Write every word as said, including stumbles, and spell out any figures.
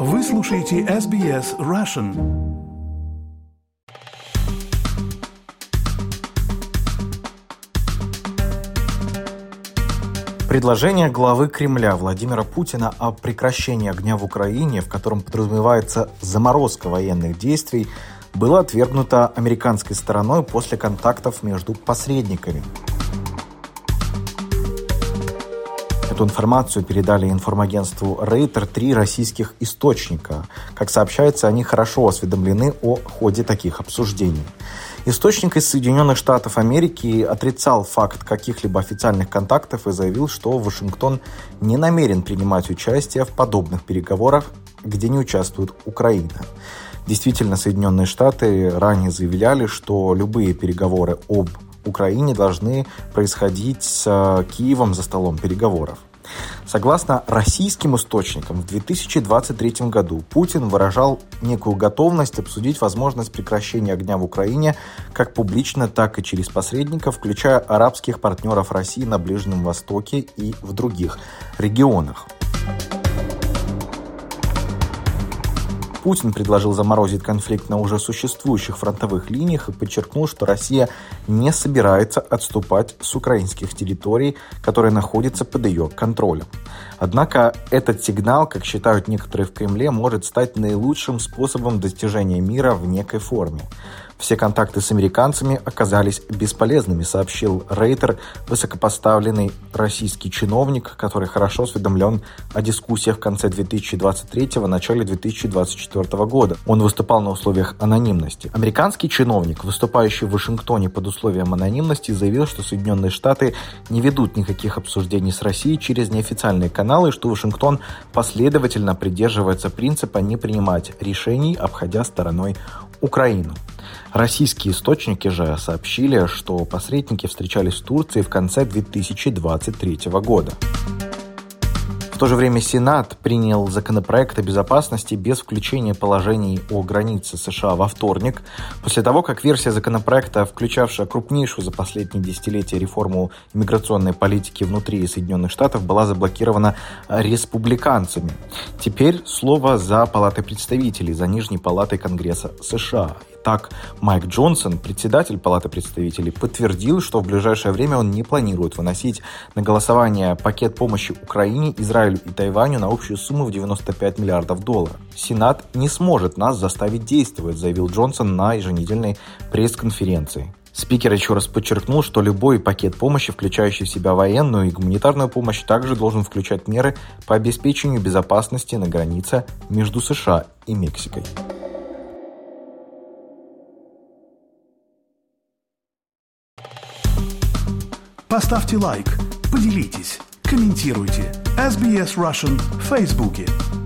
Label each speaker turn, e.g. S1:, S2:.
S1: Вы слушаете эс би эс Russian.
S2: Предложение главы Кремля Владимира Путина о прекращении огня в Украине, в котором подразумевается заморозка военных действий, было отвергнуто американской стороной после контактов между посредниками. Эту информацию передали информагентству Рейтер три российских источника. Как сообщается, они хорошо осведомлены о ходе таких обсуждений. Источник из Соединенных Штатов Америки отрицал факт каких-либо официальных контактов и заявил, что Вашингтон не намерен принимать участие в подобных переговорах, где не участвует Украина. Действительно, Соединенные Штаты ранее заявляли, что любые переговоры об Украине должны происходить с Киевом за столом переговоров. Согласно российским источникам, в две тысячи двадцать третьем году Путин выражал некую готовность обсудить возможность прекращения огня в Украине как публично, так и через посредников, включая арабских партнеров России на Ближнем Востоке и в других регионах. Путин предложил заморозить конфликт на уже существующих фронтовых линиях и подчеркнул, что Россия не собирается отступать с украинских территорий, которые находятся под ее контролем. Однако этот сигнал, как считают некоторые в Кремле, может стать наилучшим способом достижения мира в некой форме. Все контакты с американцами оказались бесполезными, сообщил Рейтер, высокопоставленный российский чиновник, который хорошо осведомлен о дискуссиях в конце две тысячи двадцать третьего – начале две тысячи двадцать четвёртого года. Он выступал на условиях анонимности. Американский чиновник, выступающий в Вашингтоне под условием анонимности, заявил, что Соединенные Штаты не ведут никаких обсуждений с Россией через неофициальные каналы, и что Вашингтон последовательно придерживается принципа не принимать решений, обходя стороной Украину. Российские источники же сообщили, что посредники встречались в Турции в конце две тысячи двадцать третьего года. В то же время Сенат принял законопроект о безопасности без включения положений о границе США во вторник, после того, как версия законопроекта, включавшая крупнейшую за последние десятилетия реформу иммиграционной политики внутри Соединенных Штатов, была заблокирована республиканцами. Теперь слово за Палатой представителей, за Нижней палатой Конгресса США. Так, Майк Джонсон, председатель Палаты представителей, подтвердил, что в ближайшее время он не планирует выносить на голосование пакет помощи Украине, Израилю и Тайваню на общую сумму в девяносто пять миллиардов долларов. Сенат не сможет нас заставить действовать, заявил Джонсон на еженедельной пресс-конференции. Спикер еще раз подчеркнул, что любой пакет помощи, включающий в себя военную и гуманитарную помощь, также должен включать меры по обеспечению безопасности на границе между США и Мексикой.
S1: Поставьте лайк, поделитесь, комментируйте. эс би эс Russian в Фейсбуке.